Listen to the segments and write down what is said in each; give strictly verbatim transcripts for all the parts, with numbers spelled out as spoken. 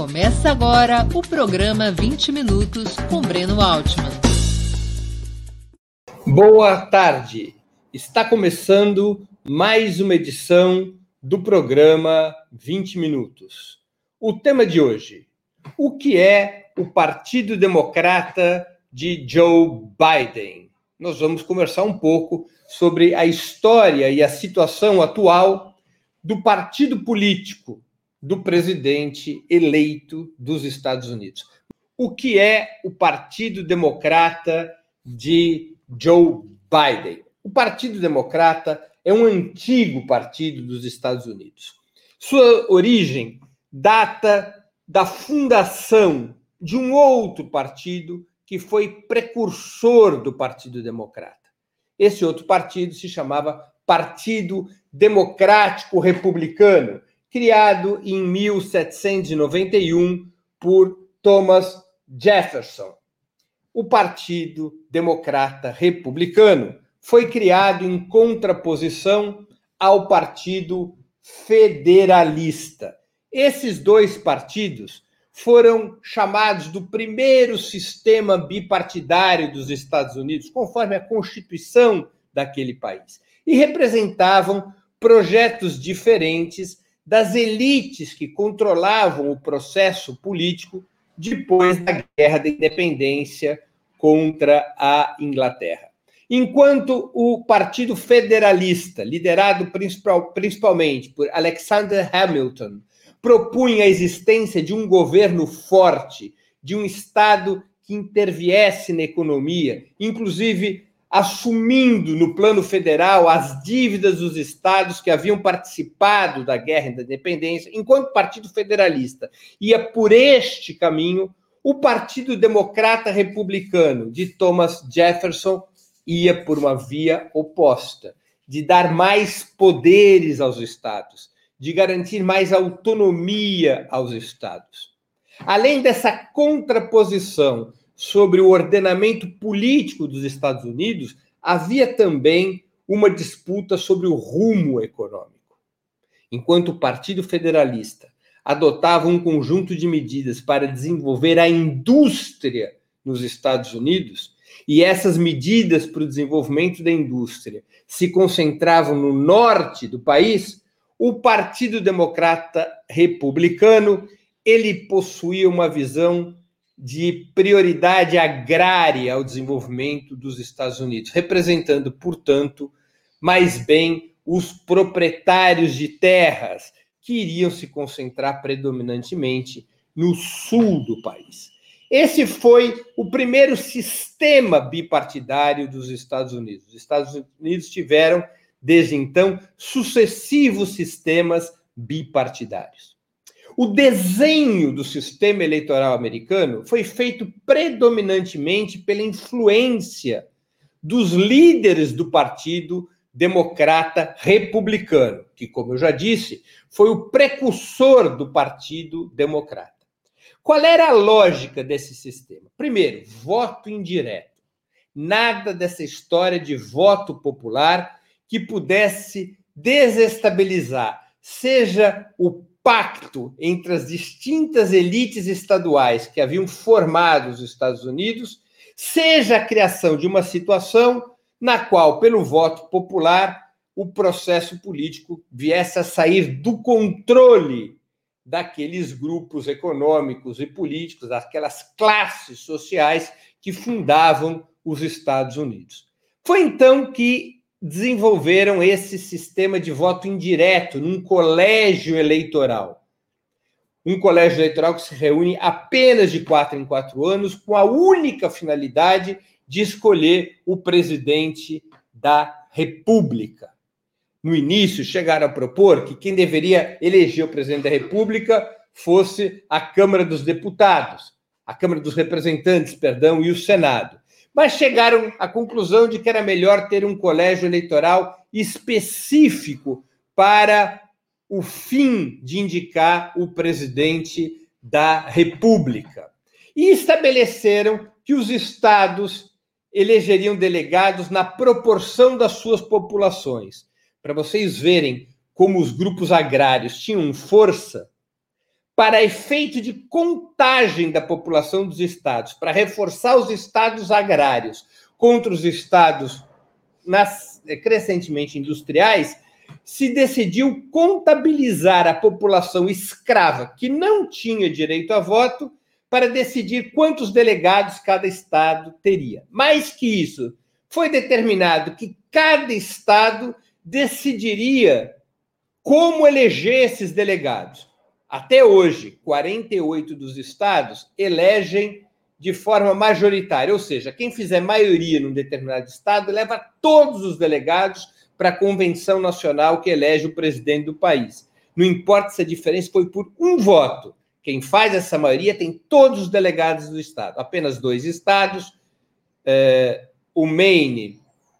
Começa agora o programa vinte minutos com Breno Altman. Boa tarde. Está começando mais uma edição do programa vinte minutos. O tema de hoje: o que é o Partido Democrata de Joe Biden? Nós vamos conversar um pouco sobre a história e a situação atual do partido político do presidente eleito dos Estados Unidos. O que é o Partido Democrata de Joe Biden? O Partido Democrata é um antigo partido dos Estados Unidos. Sua origem data da fundação de um outro partido que foi precursor do Partido Democrata. Esse outro partido se chamava Partido Democrático Republicano, criado em mil setecentos e noventa e um por Thomas Jefferson. O Partido Democrata Republicano foi criado em contraposição ao Partido Federalista. Esses dois partidos foram chamados do primeiro sistema bipartidário dos Estados Unidos, conforme a Constituição daquele país, e representavam projetos diferentes das elites que controlavam o processo político depois da Guerra da Independência contra a Inglaterra. Enquanto o Partido Federalista, liderado principal, principalmente por Alexander Hamilton, propunha a existência de um governo forte, de um Estado que interviesse na economia, inclusive assumindo no plano federal as dívidas dos estados que haviam participado da Guerra da Independência, enquanto o Partido Federalista ia por este caminho, o Partido Democrata Republicano de Thomas Jefferson ia por uma via oposta, de dar mais poderes aos estados, de garantir mais autonomia aos estados. Além dessa contraposição sobre o ordenamento político dos Estados Unidos, havia também uma disputa sobre o rumo econômico. Enquanto o Partido Federalista adotava um conjunto de medidas para desenvolver a indústria nos Estados Unidos, e essas medidas para o desenvolvimento da indústria se concentravam no norte do país, o Partido Democrata Republicano, ele possuía uma visão de prioridade agrária ao desenvolvimento dos Estados Unidos, representando, portanto, mais bem os proprietários de terras que iriam se concentrar predominantemente no sul do país. Esse foi o primeiro sistema bipartidário dos Estados Unidos. Os Estados Unidos tiveram, desde então, sucessivos sistemas bipartidários. O desenho do sistema eleitoral americano foi feito predominantemente pela influência dos líderes do Partido Democrata Republicano, que, como eu já disse, foi o precursor do Partido Democrata. Qual era a lógica desse sistema? Primeiro, voto indireto. Nada dessa história de voto popular que pudesse desestabilizar, seja o pacto entre as distintas elites estaduais que haviam formado os Estados Unidos, seja a criação de uma situação na qual, pelo voto popular, o processo político viesse a sair do controle daqueles grupos econômicos e políticos, daquelas classes sociais que fundavam os Estados Unidos. Foi então que desenvolveram esse sistema de voto indireto num colégio eleitoral. Um colégio eleitoral que se reúne apenas de quatro em quatro anos, com a única finalidade de escolher o presidente da República. No início, chegaram a propor que quem deveria eleger o presidente da República fosse a Câmara dos Deputados, a Câmara dos Representantes, perdão, e o Senado. Mas chegaram à conclusão de que era melhor ter um colégio eleitoral específico para o fim de indicar o presidente da República. E estabeleceram que os estados elegeriam delegados na proporção das suas populações. Para vocês verem como os grupos agrários tinham força, para efeito de contagem da população dos estados, para reforçar os estados agrários contra os estados nas, crescentemente industriais, se decidiu contabilizar a população escrava que não tinha direito a voto para decidir quantos delegados cada estado teria. Mais que isso, foi determinado que cada estado decidiria como eleger esses delegados. Até hoje, quarenta e oito dos estados elegem de forma majoritária, ou seja, quem fizer maioria num determinado estado leva todos os delegados para a convenção nacional que elege o presidente do país. Não importa se a diferença foi por um voto. Quem faz essa maioria tem todos os delegados do estado. Apenas dois estados, eh, o Maine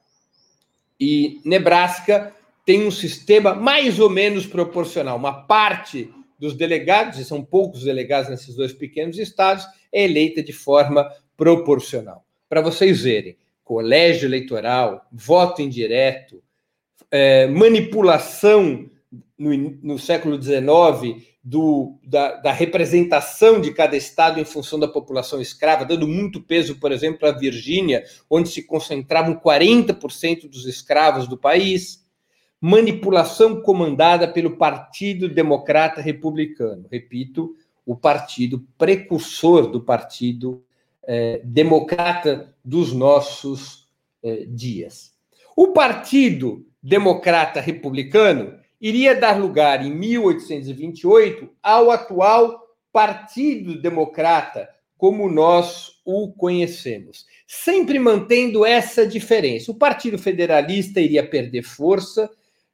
e Nebraska, têm um sistema mais ou menos proporcional. Uma parte dos delegados, e são poucos delegados nesses dois pequenos estados, é eleita de forma proporcional. Para vocês verem, colégio eleitoral, voto indireto, é, manipulação no, no século dezenove do, da, da representação de cada estado em função da população escrava, dando muito peso, por exemplo, à Virgínia, onde se concentravam quarenta por cento dos escravos do país. Manipulação comandada pelo Partido Democrata Republicano. Repito, o partido precursor do Partido eh, Democrata dos nossos eh, dias. O Partido Democrata Republicano iria dar lugar, em mil oitocentos e vinte e oito, ao atual Partido Democrata, como nós o conhecemos, sempre mantendo essa diferença. O Partido Federalista iria perder força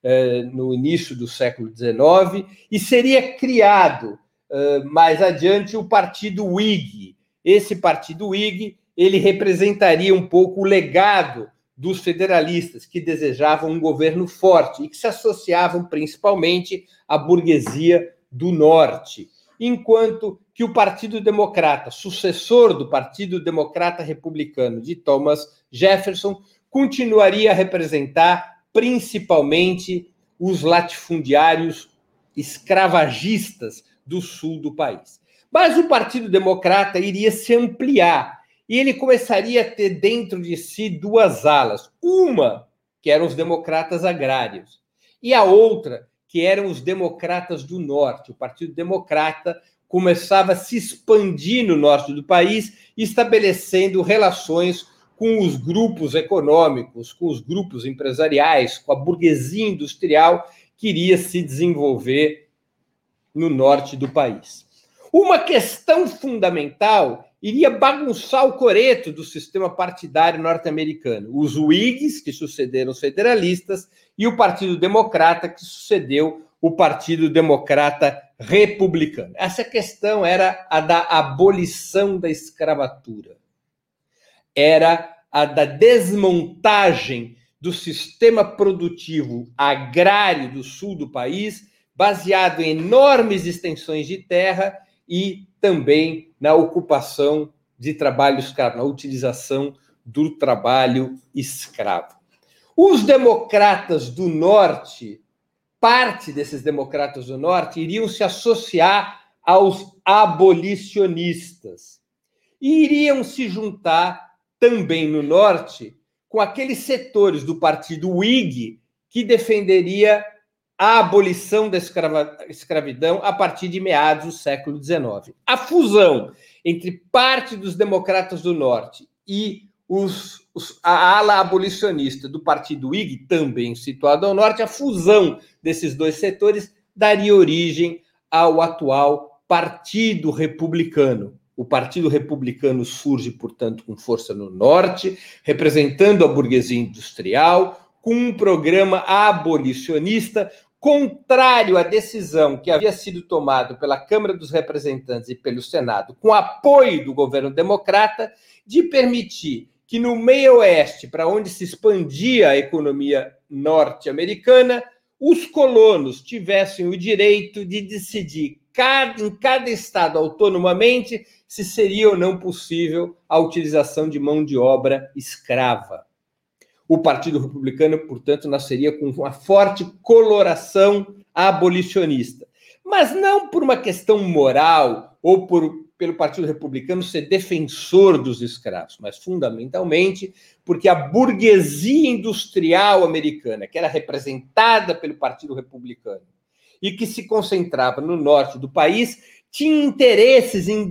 no início do século dezenove, e seria criado uh, mais adiante o Partido Whig. Esse Partido Whig, ele representaria um pouco o legado dos federalistas, que desejavam um governo forte e que se associavam principalmente à burguesia do norte, enquanto que o Partido Democrata, sucessor do Partido Democrata Republicano de Thomas Jefferson, continuaria a representar principalmente os latifundiários escravagistas do sul do país. Mas o Partido Democrata iria se ampliar e ele começaria a ter dentro de si duas alas. Uma, que eram os democratas agrários, e a outra, que eram os democratas do norte. O Partido Democrata começava a se expandir no norte do país, estabelecendo relações com os grupos econômicos, com os grupos empresariais, com a burguesia industrial que iria se desenvolver no norte do país. Uma questão fundamental iria bagunçar o coreto do sistema partidário norte-americano. Os Whigs, que sucederam os federalistas, e o Partido Democrata, que sucedeu o Partido Democrata Republicano. Essa questão era a da abolição da escravatura. Era a da desmontagem do sistema produtivo agrário do sul do país, baseado em enormes extensões de terra e também na ocupação de trabalho escravo, na utilização do trabalho escravo. Os democratas do norte, parte desses democratas do norte, iriam se associar aos abolicionistas e iriam se juntar também no norte, com aqueles setores do Partido Whig que defenderia a abolição da escrava, escravidão a partir de meados do século dezenove. A fusão entre parte dos democratas do norte e os, os, a ala abolicionista do Partido Whig, também situado ao norte, a fusão desses dois setores daria origem ao atual Partido Republicano. O Partido Republicano surge, portanto, com força no norte, representando a burguesia industrial, com um programa abolicionista, contrário à decisão que havia sido tomada pela Câmara dos Representantes e pelo Senado, com apoio do governo democrata, de permitir que no meio-oeste, para onde se expandia a economia norte-americana, os colonos tivessem o direito de decidir cada, em cada estado autonomamente se seria ou não possível a utilização de mão de obra escrava. O Partido Republicano, portanto, nasceria com uma forte coloração abolicionista. mas não por uma questão moral ou por, pelo Partido Republicano ser defensor dos escravos, mas fundamentalmente porque a burguesia industrial americana, que era representada pelo Partido Republicano e que se concentrava no norte do país, tinha interesses em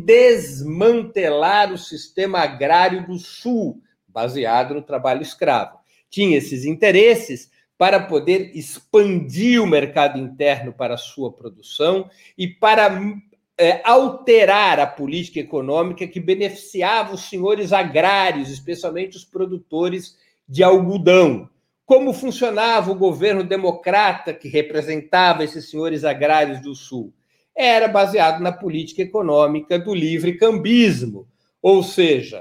desmantelar o sistema agrário do sul, baseado no trabalho escravo. Tinha esses interesses para poder expandir o mercado interno para a sua produção e para é, alterar a política econômica que beneficiava os senhores agrários, especialmente os produtores de algodão. Como funcionava o governo democrata que representava esses senhores agrários do sul? Era baseado na política econômica do livre-cambismo, ou seja,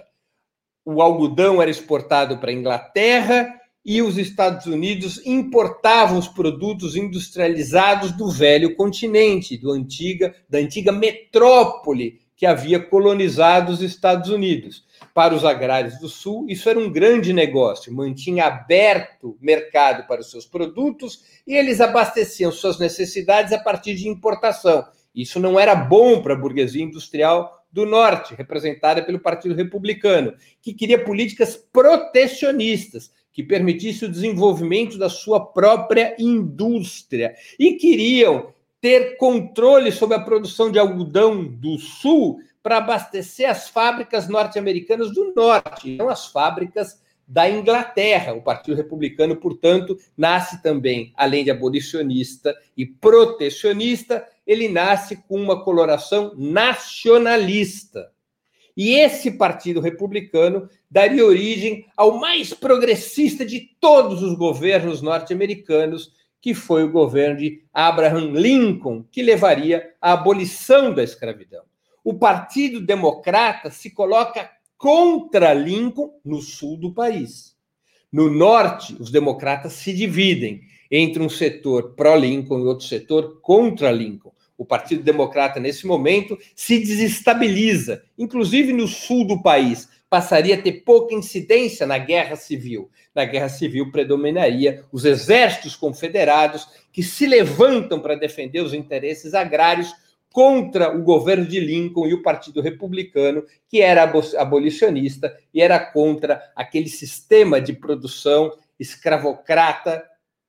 o algodão era exportado para a Inglaterra e os Estados Unidos importavam os produtos industrializados do velho continente, do antiga, da antiga metrópole que havia colonizado os Estados Unidos. Para os agrários do Sul, isso era um grande negócio, mantinha aberto mercado para os seus produtos e eles abasteciam suas necessidades a partir de importação. Isso não era bom para a burguesia industrial do Norte, representada pelo Partido Republicano, que queria políticas protecionistas, que permitisse o desenvolvimento da sua própria indústria. E queriam ter controle sobre a produção de algodão do Sul para abastecer as fábricas norte-americanas do Norte, não as fábricas da Inglaterra. O Partido Republicano, portanto, nasce também, além de abolicionista e protecionista, ele nasce com uma coloração nacionalista. E esse Partido Republicano daria origem ao mais progressista de todos os governos norte-americanos, que foi o governo de Abraham Lincoln, que levaria à abolição da escravidão. O Partido Democrata se coloca contra Lincoln no sul do país. No norte, os democratas se dividem entre um setor pró-Lincoln e outro setor contra Lincoln. O Partido Democrata, nesse momento, se desestabiliza, inclusive no sul do país. Passaria a ter pouca incidência na Guerra Civil. Na Guerra Civil predominaria os exércitos confederados que se levantam para defender os interesses agrários contra o governo de Lincoln e o Partido Republicano, que era abolicionista e era contra aquele sistema de produção escravocrata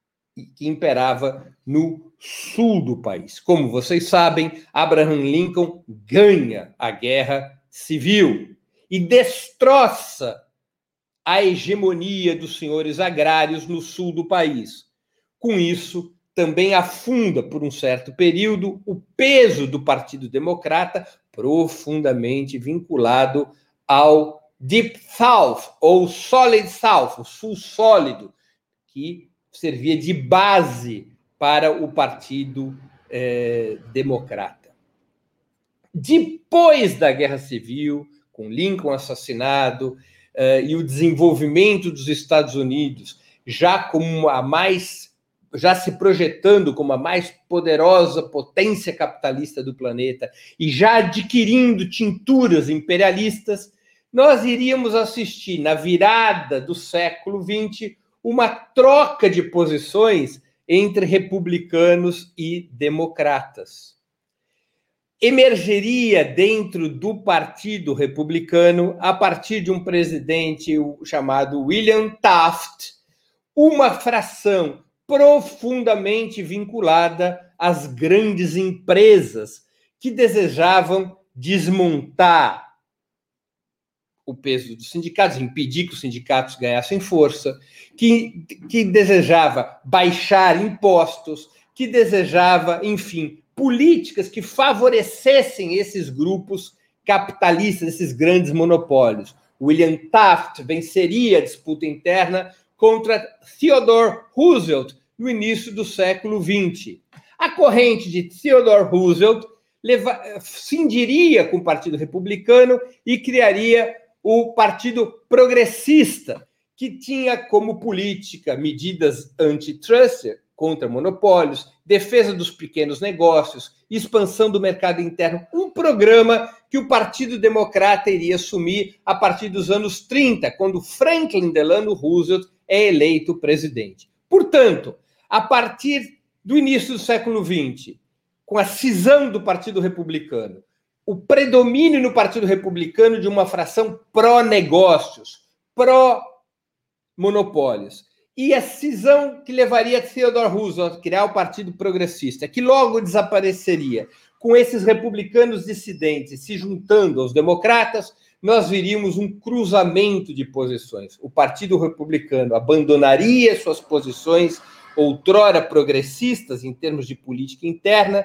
que imperava no sul do país. Como vocês sabem, Abraham Lincoln ganha a Guerra Civil e destroça a hegemonia dos senhores agrários no sul do país. Com isso, também afunda, por um certo período, o peso do Partido Democrata, profundamente vinculado ao Deep South, ou Solid South, o Sul Sólido, que servia de base para o Partido eh, Democrata. Depois da Guerra Civil, com Lincoln assassinado eh, e o desenvolvimento dos Estados Unidos, já como a mais, já se projetando como a mais poderosa potência capitalista do planeta e já adquirindo tinturas imperialistas, nós iríamos assistir na virada do século vinte uma troca de posições entre republicanos e democratas. Emergeria dentro do Partido Republicano, a partir de um presidente chamado William Taft, uma fração profundamente vinculada às grandes empresas que desejavam desmontar o peso dos sindicatos, impedir que os sindicatos ganhassem força, que, que desejava baixar impostos, que desejava, enfim, políticas que favorecessem esses grupos capitalistas, esses grandes monopólios. William Taft venceria a disputa interna contra Theodore Roosevelt no início do século vinte. A corrente de Theodore Roosevelt leva, cindiria com o Partido Republicano e criaria o Partido Progressista, que tinha como política medidas antitrust contra monopólios, defesa dos pequenos negócios, expansão do mercado interno, um programa que o Partido Democrata iria assumir a partir dos anos trinta, quando Franklin Delano Roosevelt é eleito presidente. Portanto, a partir do início do século vinte, com a cisão do Partido Republicano, o predomínio no Partido Republicano de uma fração pró-negócios, pró-monopólios, e a cisão que levaria Theodore Roosevelt a criar o Partido Progressista, que logo desapareceria, com esses republicanos dissidentes se juntando aos democratas, nós viríamos um cruzamento de posições. O Partido Republicano abandonaria suas posições outrora progressistas em termos de política interna,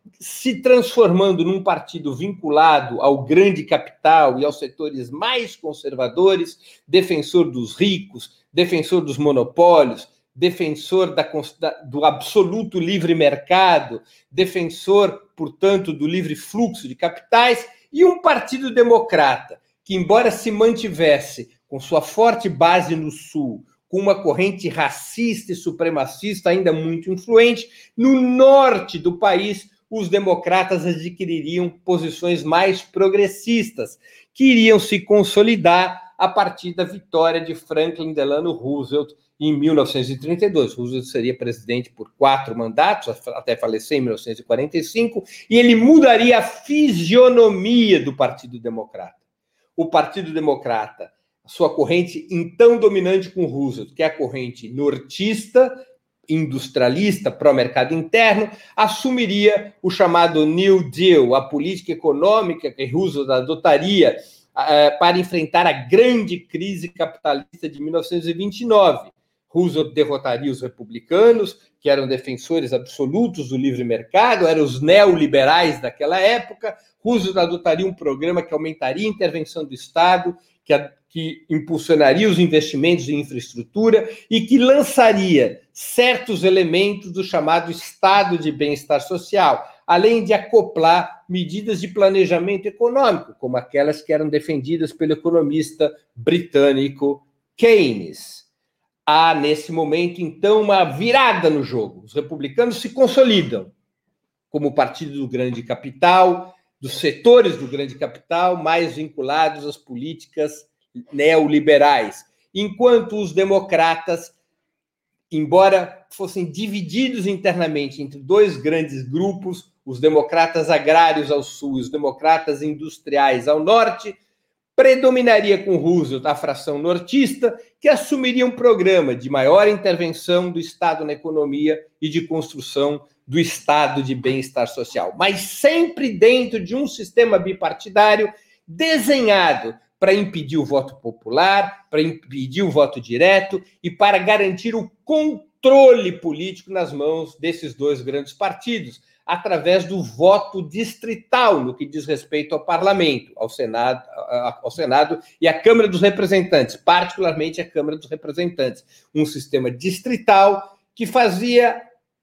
se transformando num partido vinculado ao grande capital e aos setores mais conservadores, defensor dos ricos, defensor dos monopólios, defensor da, do absoluto livre mercado, defensor, portanto, do livre fluxo de capitais, e um partido democrata que, embora se mantivesse com sua forte base no Sul, com uma corrente racista e supremacista ainda muito influente, no norte do país, os democratas adquiririam posições mais progressistas, que iriam se consolidar a partir da vitória de Franklin Delano Roosevelt em mil novecentos e trinta e dois. Roosevelt seria presidente por quatro mandatos, até falecer em mil novecentos e quarenta e cinco, e ele mudaria a fisionomia do Partido Democrata. O Partido Democrata, a sua corrente então dominante com Roosevelt, que é a corrente nortista, industrialista, pró-mercado interno, assumiria o chamado New Deal, a política econômica que Roosevelt adotaria uh, para enfrentar a grande crise capitalista de mil novecentos e vinte e nove. Roosevelt derrotaria os republicanos, que eram defensores absolutos do livre mercado, eram os neoliberais daquela época. Roosevelt adotaria um programa que aumentaria a intervenção do Estado, que, a, que impulsionaria os investimentos em infraestrutura e que lançaria certos elementos do chamado Estado de Bem-Estar Social, além de acoplar medidas de planejamento econômico, como aquelas que eram defendidas pelo economista britânico Keynes. Há, nesse momento, então, uma virada no jogo. Os republicanos se consolidam como o partido do grande capital, dos setores do grande capital mais vinculados às políticas neoliberais, enquanto os democratas, embora fossem divididos internamente entre dois grandes grupos, os democratas agrários ao sul e os democratas industriais ao norte, predominaria com Roosevelt a fração nortista, que assumiria um programa de maior intervenção do Estado na economia e de construção do Estado de bem-estar social, mas sempre dentro de um sistema bipartidário desenhado para impedir o voto popular, para impedir o voto direto e para garantir o controle político nas mãos desses dois grandes partidos, através do voto distrital, no que diz respeito ao parlamento, ao Senado, ao Senado e à Câmara dos Representantes, particularmente a Câmara dos Representantes. Um sistema distrital que fazia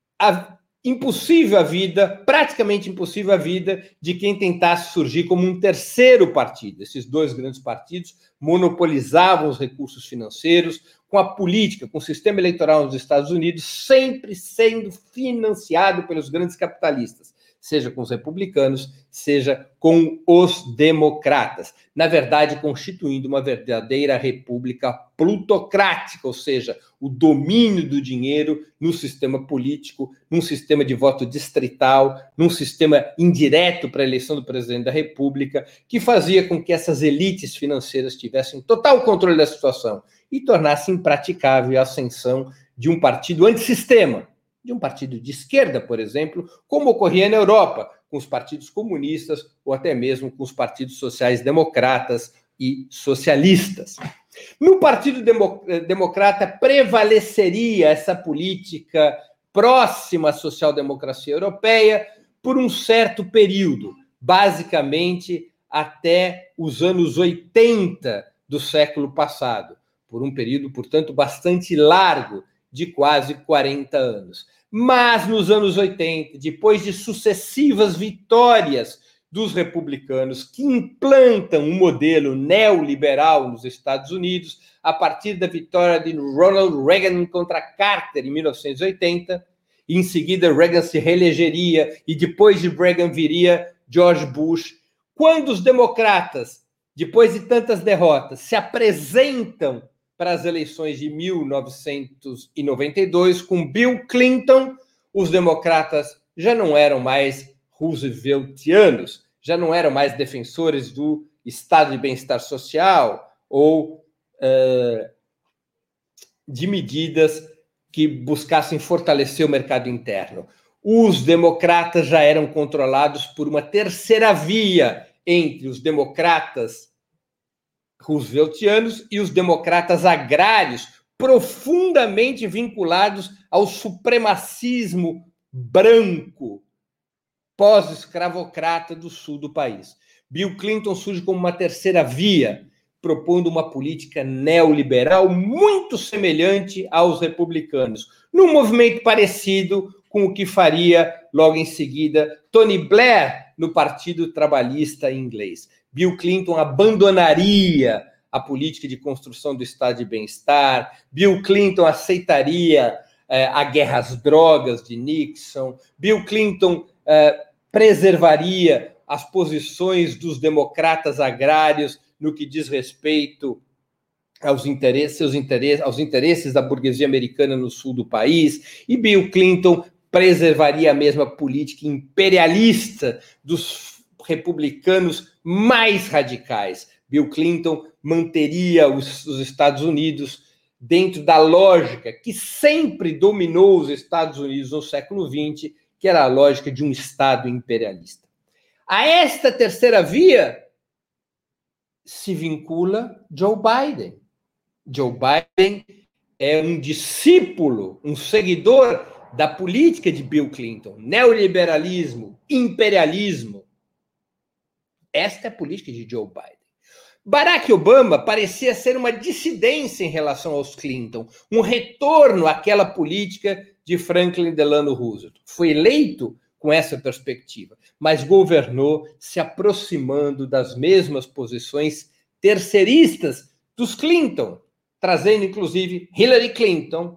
a, impossível a vida, praticamente impossível a vida, de quem tentasse surgir como um terceiro partido. Esses dois grandes partidos monopolizavam os recursos financeiros, com a política, com o sistema eleitoral nos Estados Unidos, sempre sendo financiado pelos grandes capitalistas, seja com os republicanos, seja com os democratas. Na verdade, constituindo uma verdadeira república plutocrática, ou seja, o domínio do dinheiro no sistema político, num sistema de voto distrital, num sistema indireto para a eleição do presidente da República, que fazia com que essas elites financeiras tivessem total controle da situação e tornasse impraticável a ascensão de um partido antissistema, de um partido de esquerda, por exemplo, como ocorria na Europa, com os partidos comunistas ou até mesmo com os partidos sociais-democratas e socialistas. No Partido Democrata prevaleceria essa política próxima à social-democracia europeia por um certo período, basicamente até os anos oitenta do século passado, por um período, portanto, bastante largo, de quase quarenta anos. Mas nos anos oitenta, depois de sucessivas vitórias dos republicanos que implantam um modelo neoliberal nos Estados Unidos, a partir da vitória de Ronald Reagan contra Carter em mil novecentos e oitenta, e em seguida Reagan se reelegeria e depois de Reagan viria George Bush. Quando os democratas, depois de tantas derrotas, se apresentam para as eleições de mil novecentos e noventa e dois, com Bill Clinton, os democratas já não eram mais rooseveltianos, já não eram mais defensores do estado de bem-estar social ou uh, de medidas que buscassem fortalecer o mercado interno. Os democratas já eram controlados por uma terceira via entre os democratas rooseveltianos e os democratas agrários, profundamente vinculados ao supremacismo branco pós-escravocrata do sul do país. Bill Clinton surge como uma terceira via, propondo uma política neoliberal muito semelhante aos republicanos, num movimento parecido com o que faria, logo em seguida, Tony Blair no Partido Trabalhista inglês. Bill Clinton abandonaria a política de construção do estado de bem-estar, Bill Clinton aceitaria eh, a guerra às drogas de Nixon, Bill Clinton eh, preservaria as posições dos democratas agrários no que diz respeito aos interesses, seus interesses, aos interesses da burguesia americana no sul do país, e Bill Clinton preservaria a mesma política imperialista dos republicanos mais radicais. Bill Clinton manteria os, os Estados Unidos dentro da lógica que sempre dominou os Estados Unidos no século vinte, que era a lógica de um Estado imperialista. A esta terceira via se vincula Joe Biden. Joe Biden é um discípulo, um seguidor da política de Bill Clinton, neoliberalismo, imperialismo. Esta é a política de Joe Biden. Barack Obama parecia ser uma dissidência em relação aos Clinton, um retorno àquela política de Franklin Delano Roosevelt. Foi eleito com essa perspectiva, mas governou se aproximando das mesmas posições terceiristas dos Clinton, trazendo inclusive Hillary Clinton,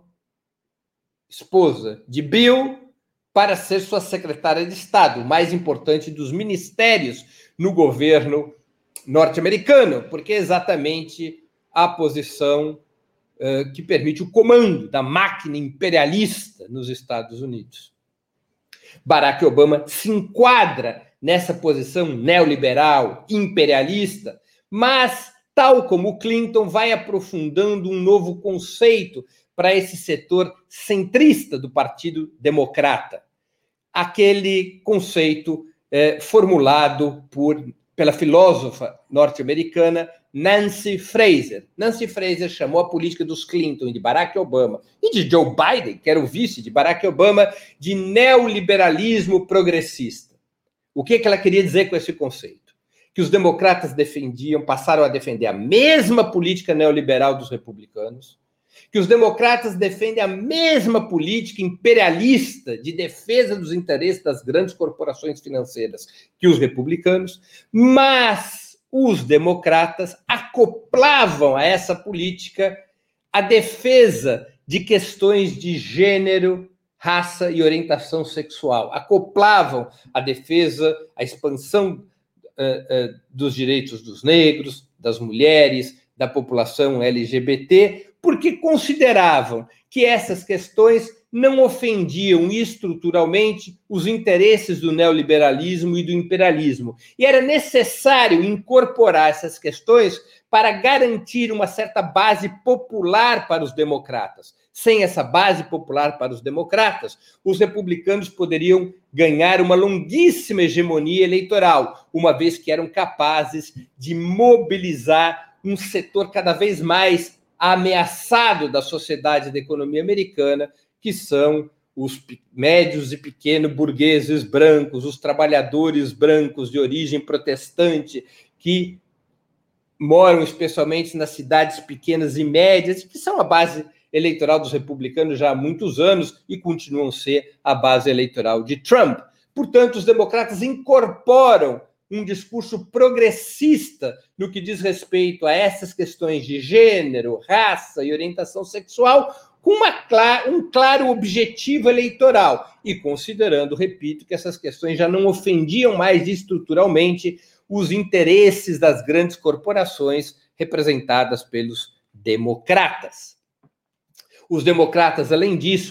esposa de Bill, para ser sua secretária de Estado, o mais importante dos ministérios no governo norte-americano, porque é exatamente a posição uh, que permite o comando da máquina imperialista nos Estados Unidos. Barack Obama se enquadra nessa posição neoliberal, imperialista, mas, tal como o Clinton, vai aprofundando um novo conceito para esse setor centrista do Partido Democrata. Aquele conceito eh, formulado por, pela filósofa norte-americana Nancy Fraser. Nancy Fraser chamou a política dos Clinton e de Barack Obama e de Joe Biden, que era o vice de Barack Obama, de neoliberalismo progressista. O que, que ela queria dizer com esse conceito? Que os democratas defendiam, passaram a defender a mesma política neoliberal dos republicanos, que os democratas defendem a mesma política imperialista de defesa dos interesses das grandes corporações financeiras que os republicanos, mas os democratas acoplavam a essa política a defesa de questões de gênero, raça e orientação sexual. Acoplavam a defesa, a expansão uh, uh, dos direitos dos negros, das mulheres, da população L G B T, porque consideravam que essas questões não ofendiam estruturalmente os interesses do neoliberalismo e do imperialismo. E era necessário incorporar essas questões para garantir uma certa base popular para os democratas. Sem essa base popular para os democratas, os republicanos poderiam ganhar uma longuíssima hegemonia eleitoral, uma vez que eram capazes de mobilizar um setor cada vez mais ameaçado da sociedade e da economia americana, que são os médios e pequenos burgueses brancos, os trabalhadores brancos de origem protestante, que moram especialmente nas cidades pequenas e médias, que são a base eleitoral dos republicanos já há muitos anos e continuam a ser a base eleitoral de Trump. Portanto, os democratas incorporam um discurso progressista no que diz respeito a essas questões de gênero, raça e orientação sexual, com uma, um claro objetivo eleitoral e considerando, repito, que essas questões já não ofendiam mais estruturalmente os interesses das grandes corporações representadas pelos democratas. Os democratas, além disso,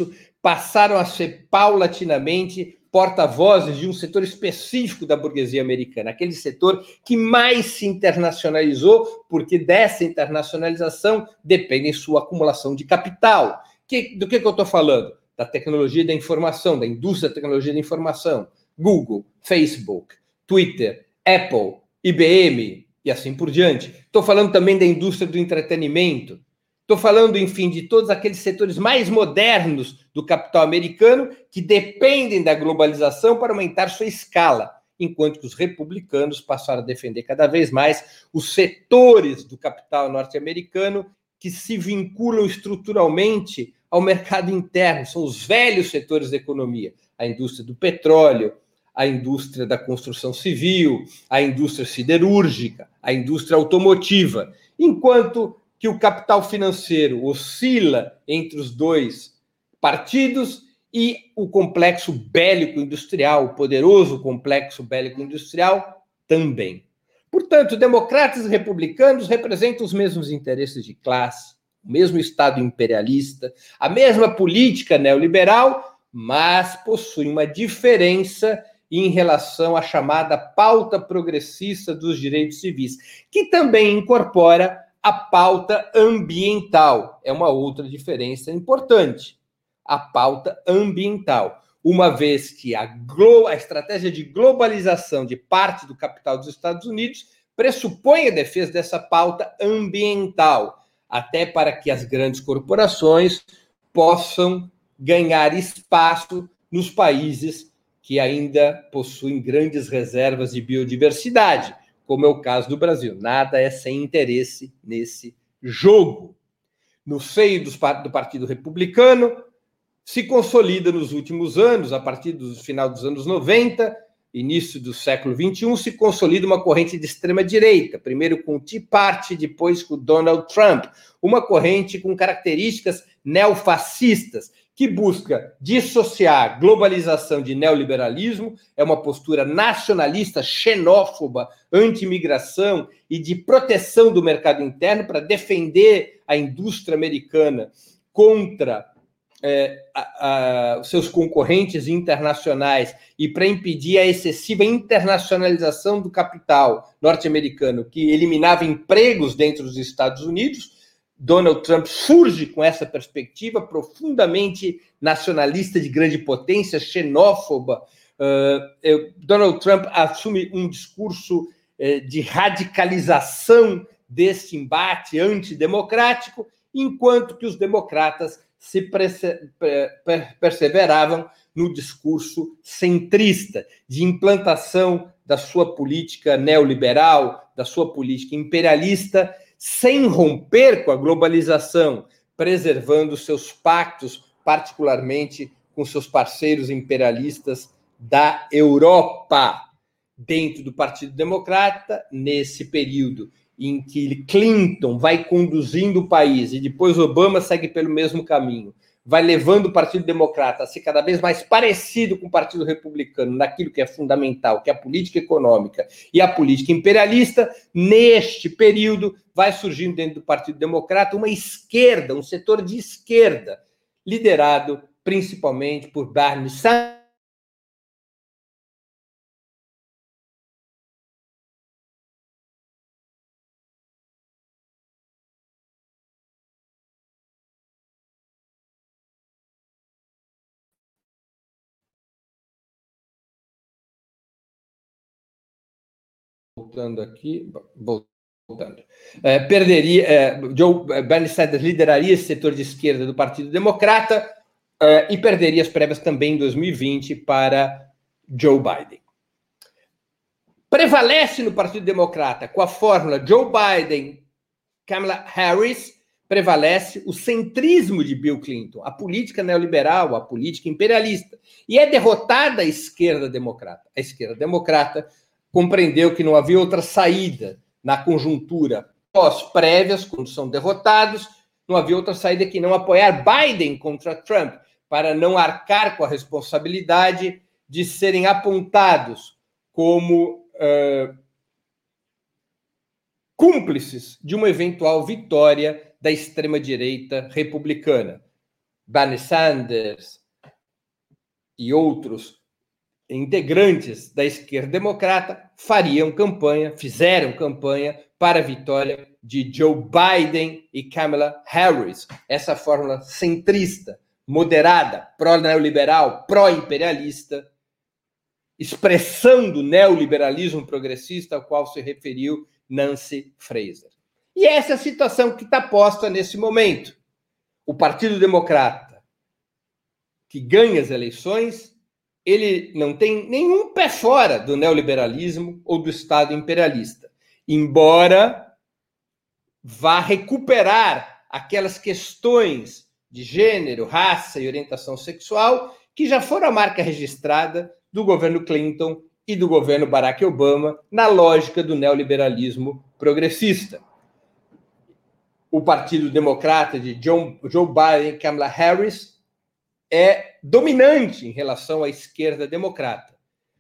passaram a ser paulatinamente porta-vozes de um setor específico da burguesia americana, aquele setor que mais se internacionalizou, porque dessa internacionalização depende sua acumulação de capital. Que, do que, que eu estou falando? Da tecnologia da informação, da indústria da tecnologia da informação. Google, Facebook, Twitter, Apple, I B M e assim por diante. Estou falando também da indústria do entretenimento. Estou falando, enfim, de todos aqueles setores mais modernos do capital americano que dependem da globalização para aumentar sua escala, enquanto que os republicanos passaram a defender cada vez mais os setores do capital norte-americano que se vinculam estruturalmente ao mercado interno. São os velhos setores da economia, a indústria do petróleo, a indústria da construção civil, a indústria siderúrgica, a indústria automotiva, enquanto que o capital financeiro oscila entre os dois partidos e o complexo bélico-industrial, o poderoso complexo bélico-industrial também. Portanto, democratas e republicanos representam os mesmos interesses de classe, o mesmo Estado imperialista, a mesma política neoliberal, mas possuem uma diferença em relação à chamada pauta progressista dos direitos civis, que também incorpora a pauta ambiental. É uma outra diferença importante. A pauta ambiental. Uma vez que a, glo- a estratégia de globalização de parte do capital dos Estados Unidos pressupõe a defesa dessa pauta ambiental, até para que as grandes corporações possam ganhar espaço nos países que ainda possuem grandes reservas de biodiversidade, como é o caso do Brasil. Nada é sem interesse nesse jogo. No seio dos, do Partido Republicano, se consolida nos últimos anos, a partir do final dos anos noventa, início do século vinte e um, se consolida uma corrente de extrema-direita, primeiro com o Tea Party, depois com o Donald Trump, uma corrente com características neofascistas, que busca dissociar globalização de neoliberalismo, é uma postura nacionalista, xenófoba, anti-imigração e de proteção do mercado interno para defender a indústria americana contra é, a, a, os seus concorrentes internacionais e para impedir a excessiva internacionalização do capital norte-americano, que eliminava empregos dentro dos Estados Unidos. Donald Trump surge com essa perspectiva profundamente nacionalista de grande potência, xenófoba. Uh, Donald Trump assume um discurso uh, de radicalização desse embate antidemocrático, enquanto que os democratas se perse- per- perseveravam no discurso centrista, de implantação da sua política neoliberal, da sua política imperialista, sem romper com a globalização, preservando seus pactos, particularmente com seus parceiros imperialistas da Europa. Dentro do Partido Democrata, nesse período em que Clinton vai conduzindo o país e depois Obama segue pelo mesmo caminho, vai levando o Partido Democrata a ser cada vez mais parecido com o Partido Republicano naquilo que é fundamental, que é a política econômica e a política imperialista. Neste período, vai surgindo dentro do Partido Democrata uma esquerda, um setor de esquerda, liderado principalmente por Bernie Sanders. Voltando aqui, voltando. É, perderia, é, Joe, Bernie Sanders lideraria esse setor de esquerda do Partido Democrata é, e perderia as prévias também em dois mil e vinte para Joe Biden. Prevalece no Partido Democrata, com a fórmula Joe Biden, Kamala Harris, prevalece o centrismo de Bill Clinton, a política neoliberal, a política imperialista, e é derrotada a esquerda democrata. A esquerda democrata compreendeu que não havia outra saída na conjuntura pós-prévias, quando são derrotados, não havia outra saída que não apoiar Biden contra Trump, para não arcar com a responsabilidade de serem apontados como uh, cúmplices de uma eventual vitória da extrema-direita republicana. Bernie Sanders, e outros integrantes da esquerda democrata fariam campanha, fizeram campanha para a vitória de Joe Biden e Kamala Harris. Essa fórmula centrista, moderada, pró-neoliberal, pró-imperialista, expressão do neoliberalismo progressista ao qual se referiu Nancy Fraser. E essa é a situação que está posta nesse momento. O Partido Democrata, que ganha as eleições, ele não tem nenhum pé fora do neoliberalismo ou do Estado imperialista, embora vá recuperar aquelas questões de gênero, raça e orientação sexual que já foram a marca registrada do governo Clinton e do governo Barack Obama na lógica do neoliberalismo progressista. O Partido Democrata de John, Joe Biden e Kamala Harris é dominante em relação à esquerda democrata,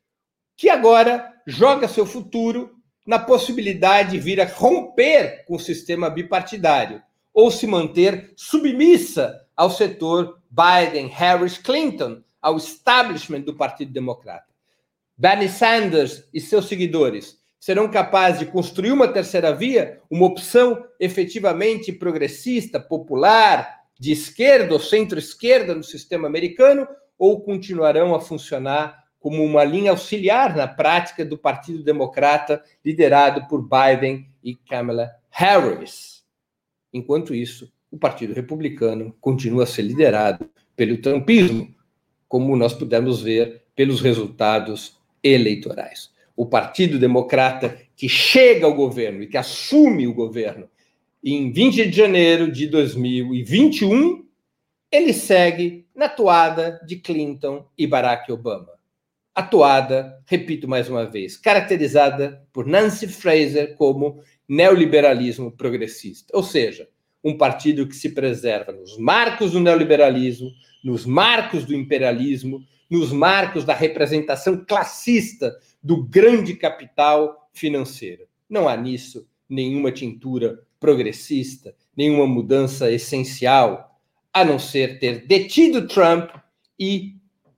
que agora joga seu futuro na possibilidade de vir a romper com o sistema bipartidário ou se manter submissa ao setor Biden, Harris, Clinton, ao establishment do Partido Democrata. Bernie Sanders e seus seguidores serão capazes de construir uma terceira via, uma opção efetivamente progressista, popular, de esquerda ou centro-esquerda no sistema americano, ou continuarão a funcionar como uma linha auxiliar na prática do Partido Democrata liderado por Biden e Kamala Harris? Enquanto isso, o Partido Republicano continua a ser liderado pelo trumpismo, como nós pudemos ver pelos resultados eleitorais. O Partido Democrata, que chega ao governo e que assume o governo em vinte de janeiro de dois mil e vinte e um, ele segue na toada de Clinton e Barack Obama. A toada, repito mais uma vez, caracterizada por Nancy Fraser como neoliberalismo progressista, ou seja, um partido que se preserva nos marcos do neoliberalismo, nos marcos do imperialismo, nos marcos da representação classista do grande capital financeiro. Não há nisso nenhuma tintura progressista, nenhuma mudança essencial, a não ser ter detido Trump e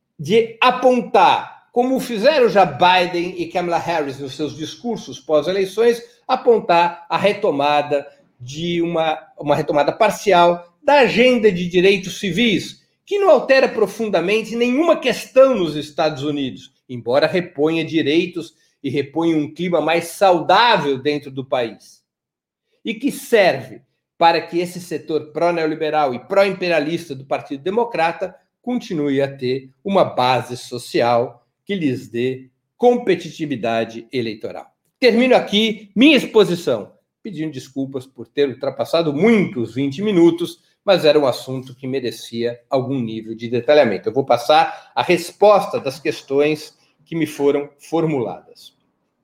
de apontar, como fizeram já Biden e Kamala Harris nos seus discursos pós-eleições, apontar a retomada de uma, uma retomada parcial da agenda de direitos civis, que não altera profundamente nenhuma questão nos Estados Unidos, embora reponha direitos e reponha um clima mais saudável dentro do país. E que serve para que esse setor pró-neoliberal e pró-imperialista do Partido Democrata continue a ter uma base social que lhes dê competitividade eleitoral. Termino aqui minha exposição, pedindo desculpas por ter ultrapassado muitos vinte minutos, mas era um assunto que merecia algum nível de detalhamento. Eu vou passar a resposta das questões que me foram formuladas.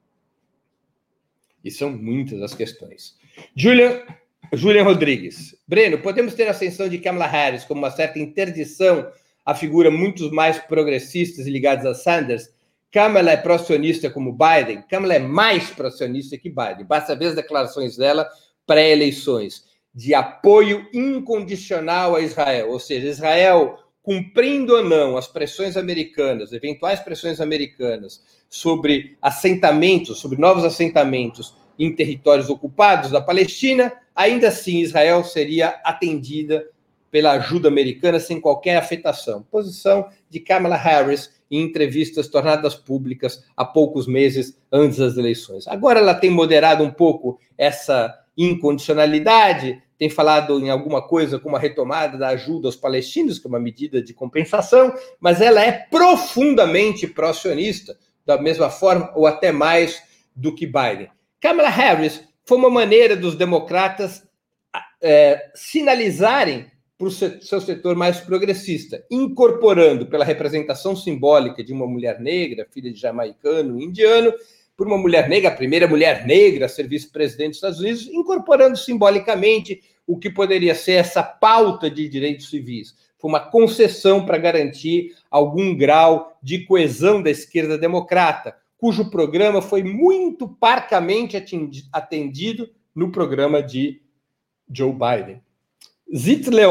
E são muitas as questões. Julian, Julian Rodrigues. Breno, podemos ter a ascensão de Kamala Harris como uma certa interdição à figura muito mais progressistas e ligadas a Sanders? Kamala é pró-sionista como Biden? Kamala é mais pró-sionista que Biden. Basta ver as declarações dela pré-eleições de apoio incondicional a Israel, ou seja, Israel cumprindo ou não as pressões americanas, eventuais pressões americanas sobre assentamentos, sobre novos assentamentos em territórios ocupados da Palestina, ainda assim Israel seria atendida pela ajuda americana sem qualquer afetação. Posição de Kamala Harris em entrevistas tornadas públicas há poucos meses antes das eleições. Agora ela tem moderado um pouco essa incondicionalidade, tem falado em alguma coisa como a retomada da ajuda aos palestinos, que é uma medida de compensação, mas ela é profundamente pró-sionista, da mesma forma ou até mais do que Biden. Kamala Harris foi uma maneira dos democratas é, sinalizarem para o seu setor mais progressista, incorporando pela representação simbólica de uma mulher negra, filha de jamaicano e indiano, por uma mulher negra, a primeira mulher negra a ser vice-presidente dos Estados Unidos, incorporando simbolicamente o que poderia ser essa pauta de direitos civis. Foi uma concessão para garantir algum grau de coesão da esquerda democrata, cujo programa foi muito parcamente atendido no programa de Joe Biden. Zit Leon,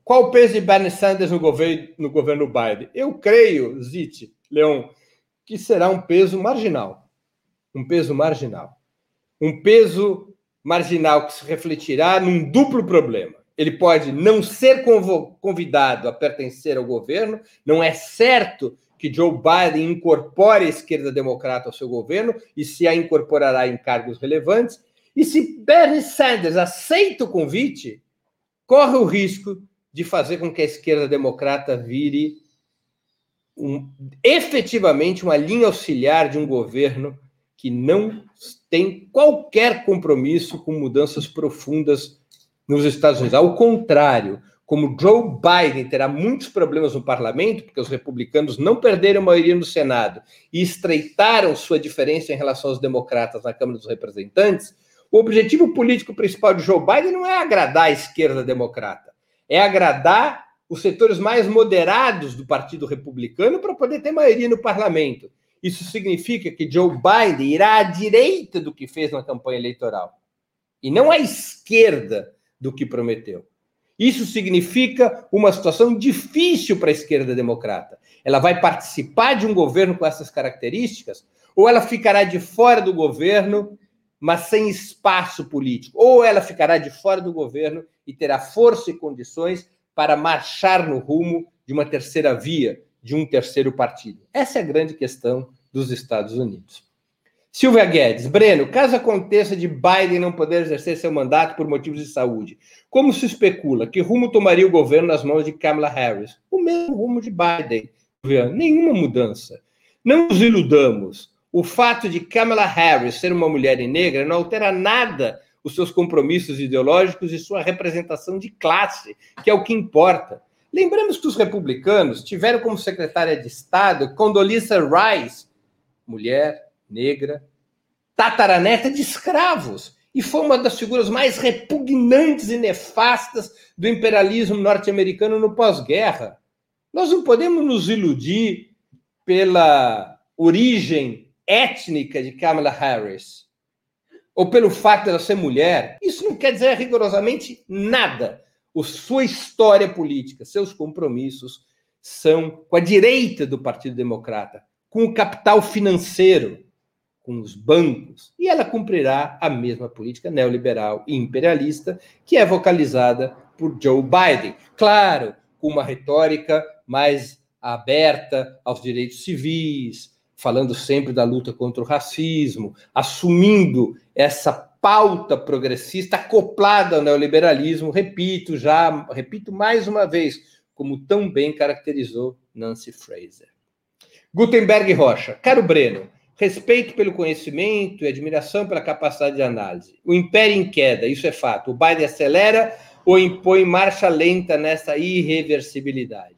Qual o peso de Bernie Sanders no governo, no governo Biden? Eu creio, Zite, Leon, que será um peso marginal. Um peso marginal. Um peso marginal que se refletirá num duplo problema. Ele pode não ser convidado a pertencer ao governo, não é certo que Joe Biden incorpore a esquerda democrata ao seu governo e se a incorporará em cargos relevantes. E se Bernie Sanders aceita o convite, corre o risco de fazer com que a esquerda democrata vire um, efetivamente uma linha auxiliar de um governo que não tem qualquer compromisso com mudanças profundas nos Estados Unidos. Ao contrário, como Joe Biden terá muitos problemas no parlamento, porque os republicanos não perderam a maioria no Senado e estreitaram sua diferença em relação aos democratas na Câmara dos Representantes, o objetivo político principal de Joe Biden não é agradar a esquerda democrata, é agradar os setores mais moderados do Partido Republicano para poder ter maioria no parlamento. Isso significa que Joe Biden irá à direita do que fez na campanha eleitoral e não à esquerda do que prometeu. Isso significa uma situação difícil para a esquerda democrata. Ela vai participar de um governo com essas características ou ela ficará de fora do governo, mas sem espaço político, ou ela ficará de fora do governo e terá força e condições para marchar no rumo de uma terceira via, de um terceiro partido. Essa é a grande questão dos Estados Unidos. Silvia Guedes, Breno, caso aconteça de Biden não poder exercer seu mandato por motivos de saúde, como se especula, que rumo tomaria o governo nas mãos de Kamala Harris? O mesmo rumo de Biden. Nenhuma mudança. Não nos iludamos. O fato de Kamala Harris ser uma mulher e negra não altera nada os seus compromissos ideológicos e sua representação de classe, que é o que importa. Lembramos que os republicanos tiveram como secretária de Estado Condoleezza Rice, mulher, negra, tataraneta de escravos, e foi uma das figuras mais repugnantes e nefastas do imperialismo norte-americano no pós-guerra. Nós não podemos nos iludir pela origem étnica de Kamala Harris, ou pelo fato de ela ser mulher. Isso não quer dizer rigorosamente nada. A sua história política, seus compromissos são com a direita do Partido Democrata, com o capital financeiro, com os bancos, e ela cumprirá a mesma política neoliberal e imperialista que é vocalizada por Joe Biden. Claro, com uma retórica mais aberta aos direitos civis, falando sempre da luta contra o racismo, assumindo essa pauta progressista acoplada ao neoliberalismo, repito já, repito mais uma vez, como tão bem caracterizou Nancy Fraser. Gutenberg Rocha, caro Breno, respeito pelo conhecimento e admiração pela capacidade de análise. O império em queda, isso é fato. O Biden acelera ou impõe marcha lenta nessa irreversibilidade?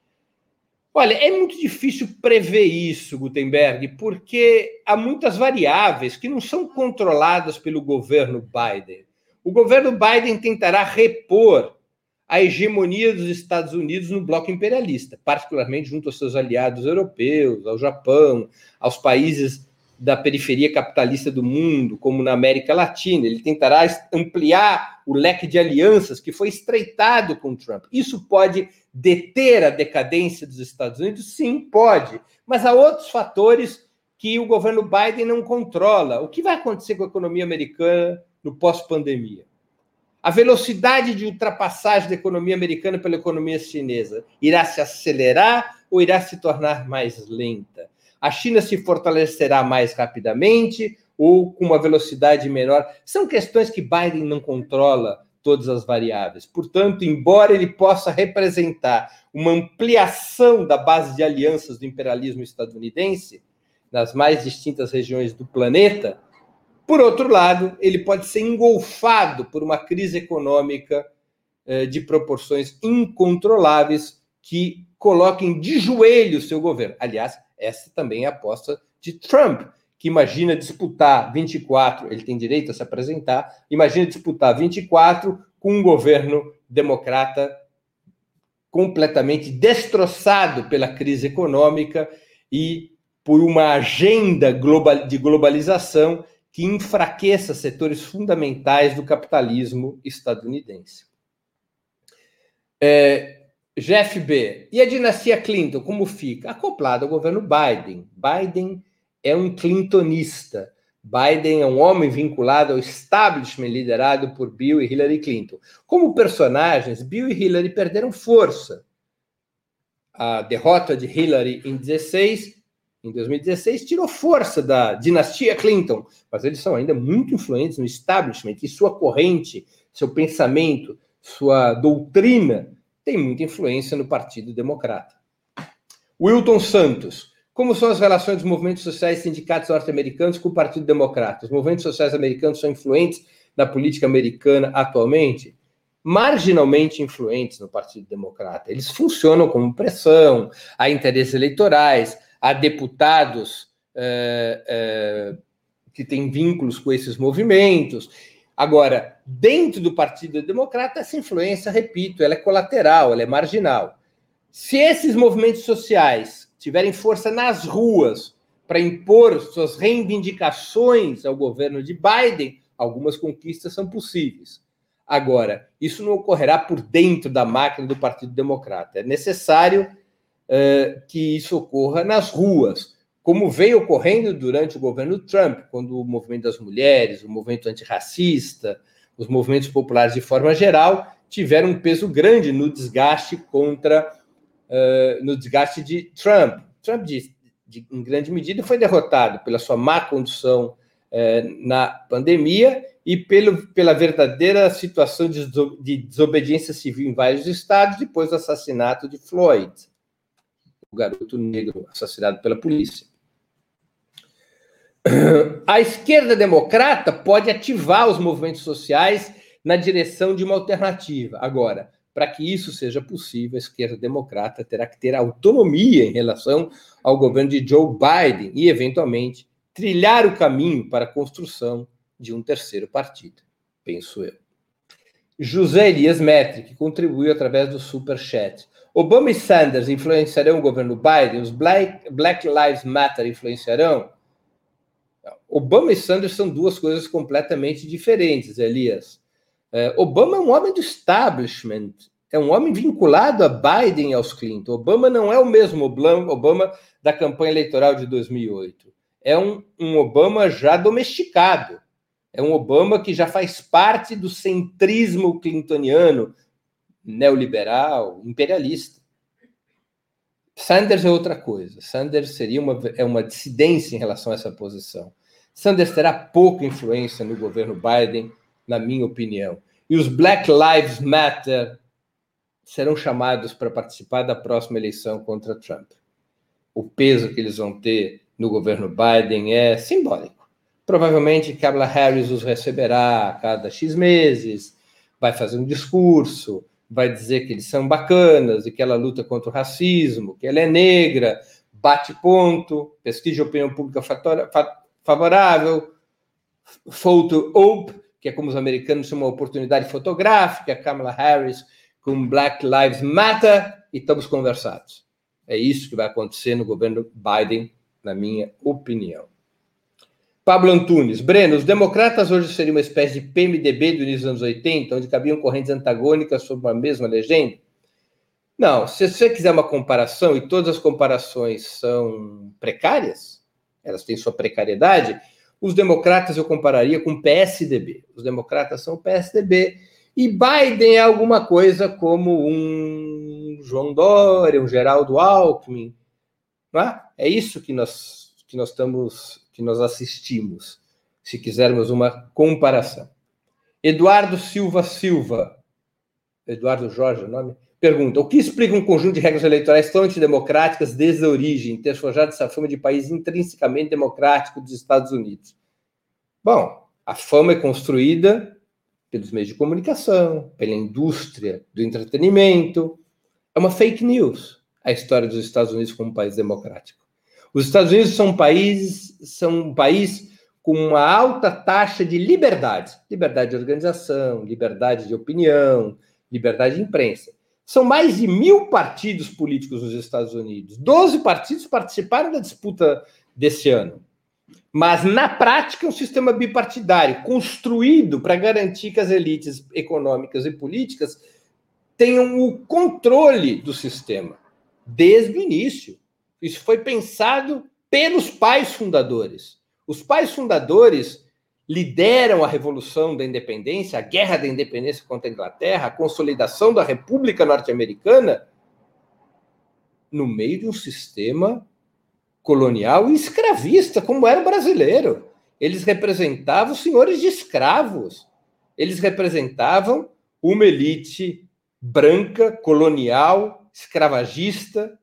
Olha, é muito difícil prever isso, Gutenberg, porque há muitas variáveis que não são controladas pelo governo Biden. O governo Biden tentará repor a hegemonia dos Estados Unidos no bloco imperialista, particularmente junto aos seus aliados europeus, ao Japão, aos países da periferia capitalista do mundo, como na América Latina. Ele tentará ampliar o leque de alianças que foi estreitado com Trump. Isso pode deter a decadência dos Estados Unidos? Sim, pode. Mas há outros fatores que o governo Biden não controla. O que vai acontecer com a economia americana no pós-pandemia? A velocidade de ultrapassagem da economia americana pela economia chinesa irá se acelerar ou irá se tornar mais lenta? A China se fortalecerá mais rapidamente ou com uma velocidade menor? São questões que Biden não controla todas as variáveis. Portanto, embora ele possa representar uma ampliação da base de alianças do imperialismo estadunidense nas mais distintas regiões do planeta, por outro lado, ele pode ser engolfado por uma crise econômica eh, de proporções incontroláveis que coloquem de joelho o seu governo. Aliás, essa também é a aposta de Trump, que imagina disputar vinte e quatro, ele tem direito a se apresentar, imagina disputar vinte e quatro com um governo democrata completamente destroçado pela crise econômica e por uma agenda global, de globalização que enfraqueça setores fundamentais do capitalismo estadunidense. É, Jeff B. E a dinastia Clinton, como fica? Acoplada ao governo Biden. Biden é um clintonista. Biden é um homem vinculado ao establishment liderado por Bill e Hillary Clinton. Como personagens, Bill e Hillary perderam força. A derrota de Hillary em dezesseis, em dois mil e dezesseis, tirou força da dinastia Clinton, mas eles são ainda muito influentes no establishment e sua corrente, seu pensamento, sua doutrina tem muita influência no Partido Democrata. Wilton Santos. Como são as relações dos movimentos sociais e sindicatos norte-americanos com o Partido Democrata? Os movimentos sociais americanos são influentes na política americana atualmente? Marginalmente influentes no Partido Democrata. Eles funcionam como pressão, há interesses eleitorais, há deputados é, é, que têm vínculos com esses movimentos. Agora, dentro do Partido Democrata, essa influência, repito, ela é colateral, ela é marginal. Se esses movimentos sociais tiverem força nas ruas para impor suas reivindicações ao governo de Biden, algumas conquistas são possíveis. Agora, isso não ocorrerá por dentro da máquina do Partido Democrata. É necessário uh, que isso ocorra nas ruas, como veio ocorrendo durante o governo Trump, quando o movimento das mulheres, o movimento antirracista, os movimentos populares de forma geral, tiveram um peso grande no desgaste contra, uh, no desgaste de Trump. Trump, de, de, em grande medida, foi derrotado pela sua má condução uh, na pandemia e pelo, pela verdadeira situação de, de desobediência civil em vários estados depois do assassinato de Floyd, o garoto negro assassinado pela polícia. A esquerda democrata pode ativar os movimentos sociais na direção de uma alternativa. Agora, para que isso seja possível, a esquerda democrata terá que ter autonomia em relação ao governo de Joe Biden e, eventualmente, trilhar o caminho para a construção de um terceiro partido, penso eu. José Elias Metri, que contribuiu através do Superchat. Obama e Sanders influenciarão o governo Biden? Os Black, Black Lives Matter influenciarão? Obama e Sanders são duas coisas completamente diferentes, Elias. É, Obama é um homem do establishment, é um homem vinculado a Biden e aos Clinton. Obama não é o mesmo Obama da campanha eleitoral de dois mil e oito. É um, um Obama já domesticado. É um Obama que já faz parte do centrismo clintoniano, neoliberal, imperialista. Sanders é outra coisa. Sanders seria uma, é uma dissidência em relação a essa posição. Sanders terá pouca influência no governo Biden, na minha opinião. E os Black Lives Matter serão chamados para participar da próxima eleição contra Trump. O peso que eles vão ter no governo Biden é simbólico. Provavelmente Kamala Harris os receberá a cada X meses, vai fazer um discurso, vai dizer que eles são bacanas e que ela luta contra o racismo, que ela é negra, bate ponto, pesquisa de opinião pública favorável, photo op, que é como os americanos chamam, uma oportunidade fotográfica, Kamala Harris com Black Lives Matter, e estamos conversados. É isso que vai acontecer no governo Biden, na minha opinião. Pablo Antunes. Breno, os democratas hoje seriam uma espécie de P M D B do início dos anos oitenta, onde cabiam correntes antagônicas sob uma mesma legenda? Não, se você quiser uma comparação, e todas as comparações são precárias, elas têm sua precariedade, os democratas eu compararia com o P S D B. Os democratas são o P S D B, e Biden é alguma coisa como um João Dória, um Geraldo Alckmin. Não é? É isso que nós, que nós estamos... que nós assistimos, se quisermos uma comparação. Eduardo Silva Silva, Eduardo Jorge, o nome? Pergunta, o que explica um conjunto de regras eleitorais tão antidemocráticas desde a origem, ter forjado essa fama de país intrinsecamente democrático dos Estados Unidos? Bom, a fama é construída pelos meios de comunicação, pela indústria do entretenimento. É uma fake news a história dos Estados Unidos como um país democrático. Os Estados Unidos são um país, são um país com uma alta taxa de liberdade. Liberdade de organização, liberdade de opinião, liberdade de imprensa. São mais de mil partidos políticos nos Estados Unidos. Doze partidos participaram da disputa desse ano. Mas, na prática, é um sistema bipartidário, construído para garantir que as elites econômicas e políticas tenham o controle do sistema, desde o início. Isso foi pensado pelos pais fundadores. Os pais fundadores lideram a Revolução da Independência, a Guerra da Independência contra a Inglaterra, a consolidação da República Norte-Americana, no meio de um sistema colonial e escravista, como era o brasileiro. Eles representavam os senhores de escravos. Eles representavam uma elite branca, colonial, escravagista,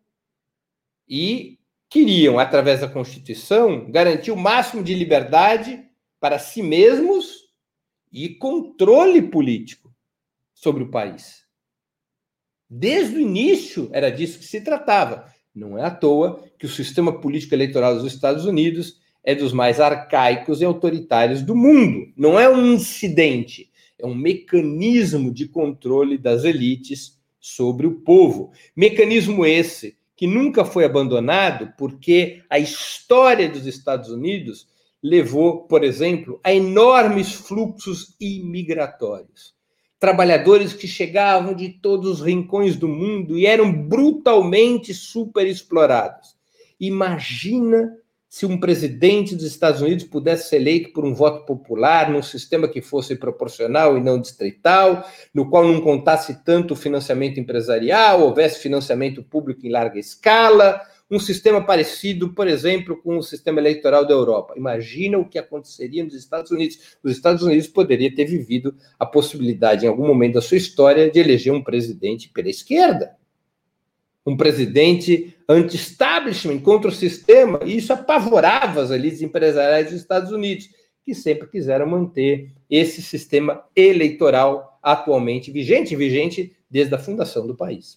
e queriam, através da Constituição, garantir o máximo de liberdade para si mesmos e controle político sobre o país. Desde o início era disso que se tratava. Não é à toa que o sistema político eleitoral dos Estados Unidos é dos mais arcaicos e autoritários do mundo. Não é um incidente, é um mecanismo de controle das elites sobre o povo. Mecanismo esse que nunca foi abandonado porque a história dos Estados Unidos levou, por exemplo, a enormes fluxos imigratórios. Trabalhadores que chegavam de todos os rincões do mundo e eram brutalmente superexplorados. Imagina se um presidente dos Estados Unidos pudesse ser eleito por um voto popular, num sistema que fosse proporcional e não distrital, no qual não contasse tanto o financiamento empresarial, houvesse financiamento público em larga escala, um sistema parecido, por exemplo, com o sistema eleitoral da Europa. Imagina o que aconteceria nos Estados Unidos. Os Estados Unidos poderiam ter vivido a possibilidade, em algum momento da sua história, de eleger um presidente pela esquerda. Um presidente anti-establishment, contra o sistema, e isso apavorava as elites empresariais dos Estados Unidos, que sempre quiseram manter esse sistema eleitoral atualmente vigente, vigente desde a fundação do país.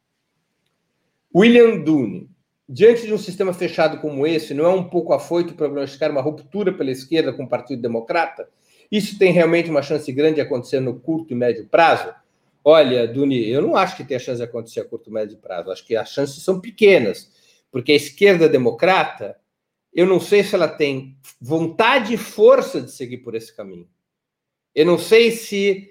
William Dunne, diante de um sistema fechado como esse, não é um pouco afoito prognosticar uma ruptura pela esquerda com o Partido Democrata? Isso tem realmente uma chance grande de acontecer no curto e médio prazo? Olha, Dunne, eu não acho que tenha chance de acontecer a curto e médio prazo. Acho que as chances são pequenas, porque a esquerda democrata, eu não sei se ela tem vontade e força de seguir por esse caminho. Eu não sei se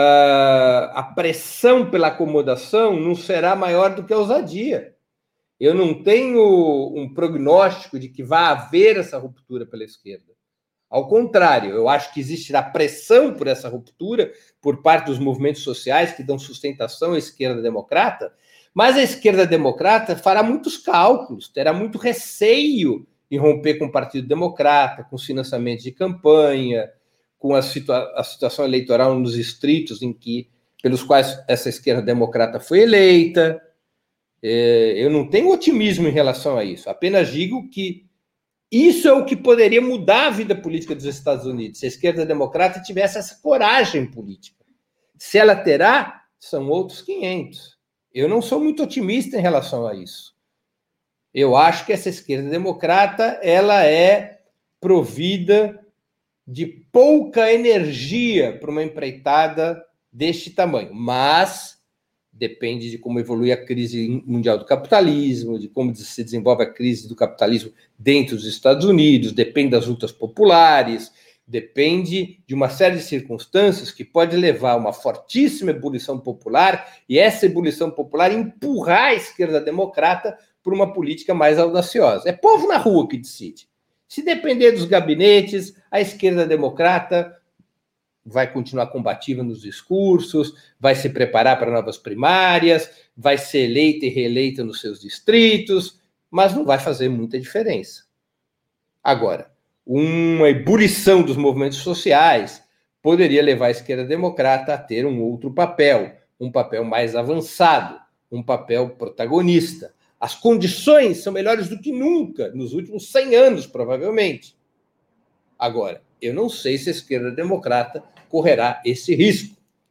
uh, a pressão pela acomodação não será maior do que a ousadia. Eu não tenho um prognóstico de que vai haver essa ruptura pela esquerda. Ao contrário, eu acho que existe a pressão por essa ruptura por parte dos movimentos sociais que dão sustentação à esquerda democrata, mas a esquerda democrata fará muitos cálculos, terá muito receio em romper com o Partido Democrata, com os financiamentos de campanha, com a, situa- a situação eleitoral nos distritos em que, pelos quais essa esquerda democrata foi eleita. É, eu não tenho otimismo em relação a isso, apenas digo que isso é o que poderia mudar a vida política dos Estados Unidos, se a esquerda democrata tivesse essa coragem política. Se ela terá, são outros quinhentos. Eu não sou muito otimista em relação a isso. Eu acho que essa esquerda democrata ela é provida de pouca energia para uma empreitada deste tamanho, mas depende de como evolui a crise mundial do capitalismo, de como se desenvolve a crise do capitalismo dentro dos Estados Unidos, depende das lutas populares, depende de uma série de circunstâncias que pode levar a uma fortíssima ebulição popular e essa ebulição popular empurrar a esquerda democrata por uma política mais audaciosa. É povo na rua que decide. Se depender dos gabinetes, a esquerda democrata vai continuar combativa nos discursos, vai se preparar para novas primárias, vai ser eleita e reeleita nos seus distritos, mas não vai fazer muita diferença. Agora, uma ebulição dos movimentos sociais poderia levar a esquerda democrata a ter um outro papel, um papel mais avançado, um papel protagonista. As condições são melhores do que nunca, nos últimos cem anos, provavelmente. Agora, eu não sei se a esquerda democrata correrá esse risco.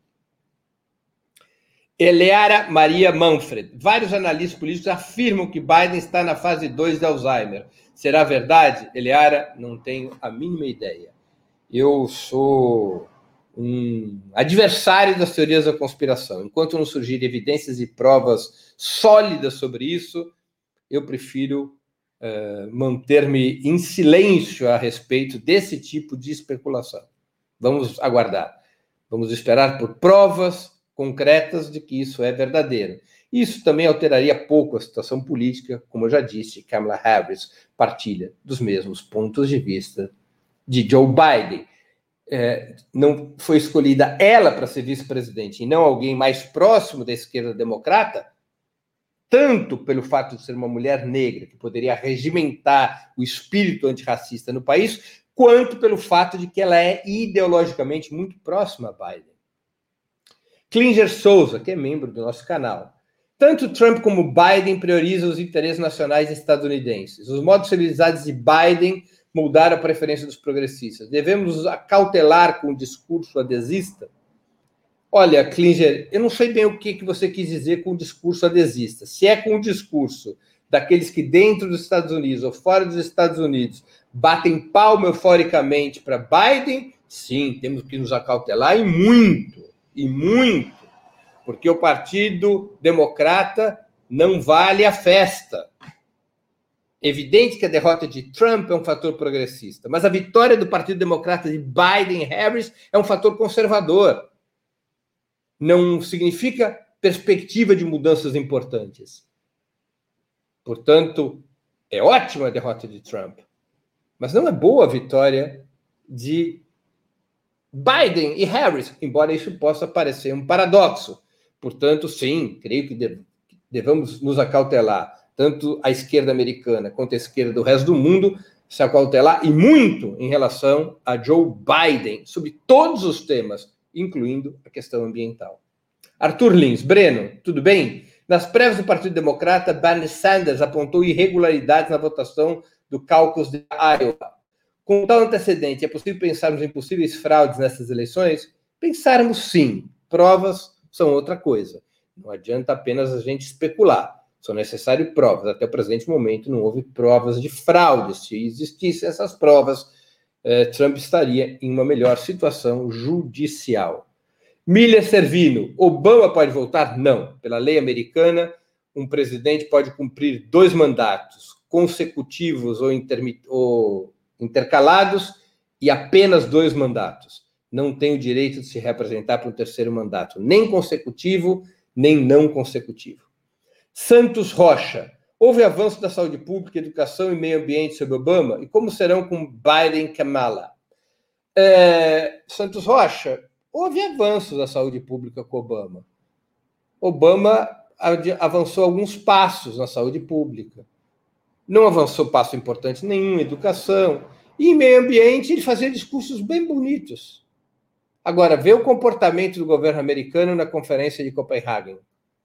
Eleara Maria Manfred. Vários analistas políticos afirmam que Biden está na fase dois de Alzheimer. Será verdade? Eleara, não tenho a mínima ideia. Eu sou um adversário das teorias da conspiração. Enquanto não surgirem evidências e provas sólidas sobre isso, eu prefiro uh, manter-me em silêncio a respeito desse tipo de especulação. Vamos aguardar. Vamos esperar por provas concretas de que isso é verdadeiro. Isso também alteraria pouco a situação política, como eu já disse, Kamala Harris partilha dos mesmos pontos de vista de Joe Biden. É, não foi escolhida ela para ser vice-presidente e não alguém mais próximo da esquerda democrata, tanto pelo fato de ser uma mulher negra, que poderia regimentar o espírito antirracista no país, quanto pelo fato de que ela é ideologicamente muito próxima a Biden. Klinger Souza, que é membro do nosso canal. Tanto Trump como Biden priorizam os interesses nacionais estadunidenses. Os modos civilizados de Biden moldaram a preferência dos progressistas. Devemos nos acautelar com o discurso adesista? Olha, Klinger, eu não sei bem o que, que você quis dizer com o discurso adesista. Se é com o discurso daqueles que dentro dos Estados Unidos ou fora dos Estados Unidos batem palma euforicamente para Biden, sim, temos que nos acautelar e muito, e muito, porque o Partido Democrata não vale a festa. Evidente que a derrota de Trump é um fator progressista, mas a vitória do Partido Democrata de Biden e Harris é um fator conservador. Não significa perspectiva de mudanças importantes. Portanto, é ótima a derrota de Trump, mas não é boa a vitória de Biden e Harris, embora isso possa parecer um paradoxo. Portanto, sim, creio que devemos nos acautelar, tanto a esquerda americana quanto a esquerda do resto do mundo, se acautelar, e muito em relação a Joe Biden, sobre todos os temas, incluindo a questão ambiental. Arthur Lins, Breno, tudo bem? Nas prévias do Partido Democrata, Bernie Sanders apontou irregularidades na votação do caucus de Iowa. Com tal antecedente, é possível pensarmos em possíveis fraudes nessas eleições? Pensarmos sim. Provas são outra coisa. Não adianta apenas a gente especular. São necessárias provas. Até o presente momento não houve provas de fraude. Se existissem essas provas, eh, Trump estaria em uma melhor situação judicial. Milha Servino, Obama pode voltar? Não. Pela lei americana, um presidente pode cumprir dois mandatos consecutivos ou, intermit- ou intercalados e apenas dois mandatos. Não tem o direito de se representar para um terceiro mandato, nem consecutivo, nem não consecutivo. Santos Rocha, houve avanço da saúde pública, educação e meio ambiente sob Obama? E como serão com Biden e Kamala? É, Santos Rocha, houve avanço da saúde pública com Obama. Obama avançou alguns passos na saúde pública. Não avançou passo importante nenhum em educação. E em meio ambiente, ele fazia discursos bem bonitos. Agora, vê o comportamento do governo americano na Conferência de Copenhague.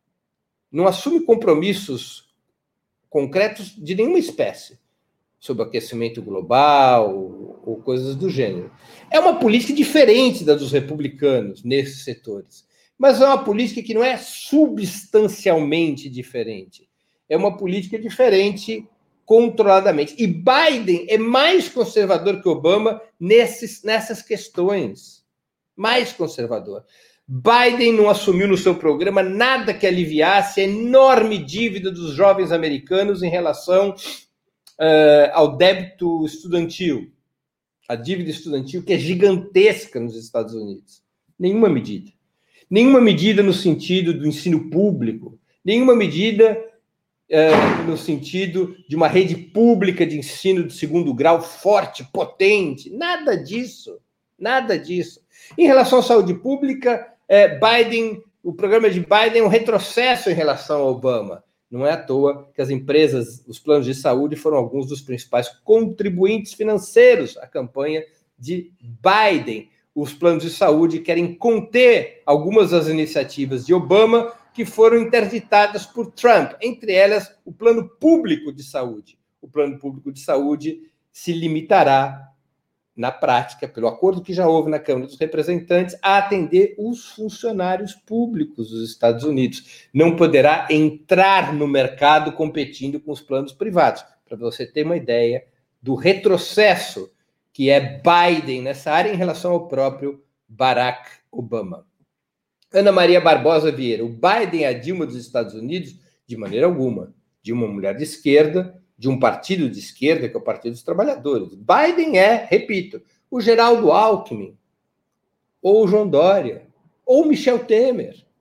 Não assume compromissos concretos de nenhuma espécie sobre aquecimento global ou coisas do gênero. É uma política diferente da dos republicanos nesses setores, mas é uma política que não é substancialmente diferente. É uma política diferente controladamente. E Biden é mais conservador que Obama nesses, nessas questões. Mais conservador. Biden não assumiu no seu programa nada que aliviasse a enorme dívida dos jovens americanos em relação uh, ao débito estudantil. A dívida estudantil que é gigantesca nos Estados Unidos. Nenhuma medida. Nenhuma medida no sentido do ensino público. Nenhuma medida uh, no sentido de uma rede pública de ensino de segundo grau forte, potente. Nada disso. Nada disso. Em relação à saúde pública, Biden, o programa de Biden é um retrocesso em relação ao Obama. Não é à toa que as empresas, os planos de saúde foram alguns dos principais contribuintes financeiros à campanha de Biden. Os planos de saúde querem conter algumas das iniciativas de Obama que foram interditadas por Trump, entre elas o plano público de saúde. O plano público de saúde se limitará, na prática, pelo acordo que já houve na Câmara dos Representantes, a atender os funcionários públicos dos Estados Unidos. Não poderá entrar no mercado competindo com os planos privados. Para você ter uma ideia do retrocesso que é Biden nessa área em relação ao próprio Barack Obama. Ana Maria Barbosa Vieira, o Biden e a Dilma dos Estados Unidos, de maneira alguma. Dilma, mulher de esquerda, de um partido de esquerda, que é o Partido dos Trabalhadores. Biden é, repito, o Geraldo Alckmin, ou o João Dória, ou o Michel Temer.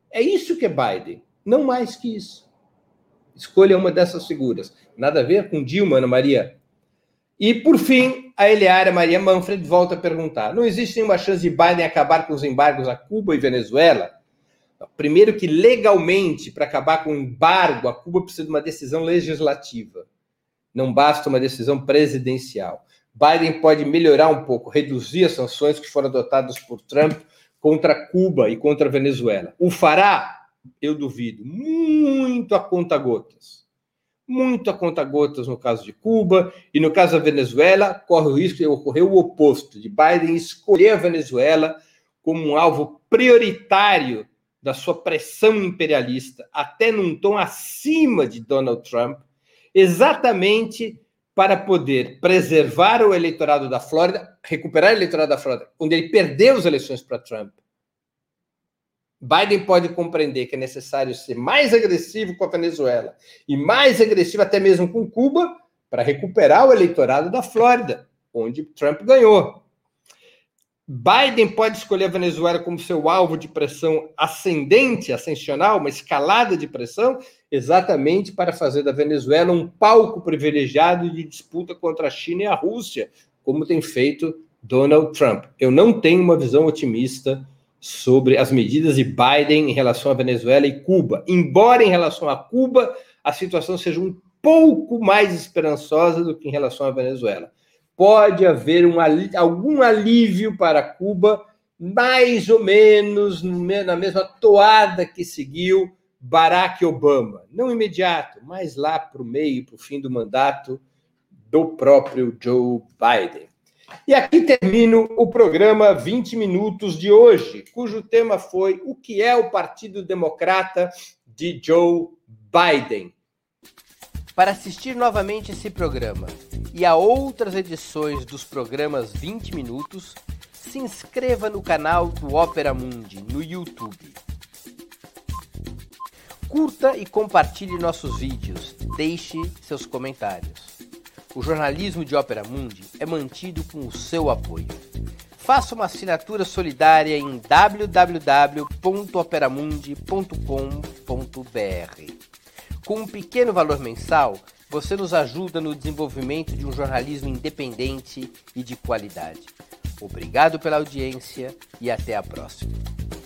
É isso que é Biden, não mais que isso. Escolha uma dessas figuras. Nada a ver com Dilma, Ana Maria. E, por fim, a Eliara Maria Manfred volta a perguntar: não existe nenhuma chance de Biden acabar com os embargos a Cuba e Venezuela? Primeiro que, legalmente, para acabar com o embargo, a Cuba precisa de uma decisão legislativa. Não basta uma decisão presidencial. Biden pode melhorar um pouco, reduzir as sanções que foram adotadas por Trump contra Cuba e contra a Venezuela. O fará? Eu duvido. Muito a conta-gotas. Muito a conta-gotas no caso de Cuba, e no caso da Venezuela, corre o risco de ocorrer o oposto, de Biden escolher a Venezuela como um alvo prioritário da sua pressão imperialista, até num tom acima de Donald Trump, exatamente para poder preservar o eleitorado da Flórida, recuperar o eleitorado da Flórida, onde ele perdeu as eleições para Trump. Biden pode compreender que é necessário ser mais agressivo com a Venezuela e mais agressivo até mesmo com Cuba para recuperar o eleitorado da Flórida, onde Trump ganhou. Biden pode escolher a Venezuela como seu alvo de pressão ascendente, ascensional, uma escalada de pressão, exatamente para fazer da Venezuela um palco privilegiado de disputa contra a China e a Rússia, como tem feito Donald Trump. Eu não tenho uma visão otimista sobre as medidas de Biden em relação à Venezuela e Cuba, embora em relação a Cuba a situação seja um pouco mais esperançosa do que em relação à Venezuela. Pode haver um, algum alívio para Cuba, mais ou menos na mesma toada que seguiu Barack Obama. Não imediato, mas lá para o meio, para o fim do mandato do próprio Joe Biden. E aqui termino o programa vinte minutos de hoje, cujo tema foi o que é o Partido Democrata de Joe Biden. Para assistir novamente esse programa e a outras edições dos programas vinte minutos, se inscreva no canal do Opera Mundi no YouTube. Curta e compartilhe nossos vídeos, deixe seus comentários. O jornalismo de Opera Mundi é mantido com o seu apoio. Faça uma assinatura solidária em w w w ponto operamundi ponto com ponto b r. Com um pequeno valor mensal, você nos ajuda no desenvolvimento de um jornalismo independente e de qualidade. Obrigado pela audiência e até a próxima.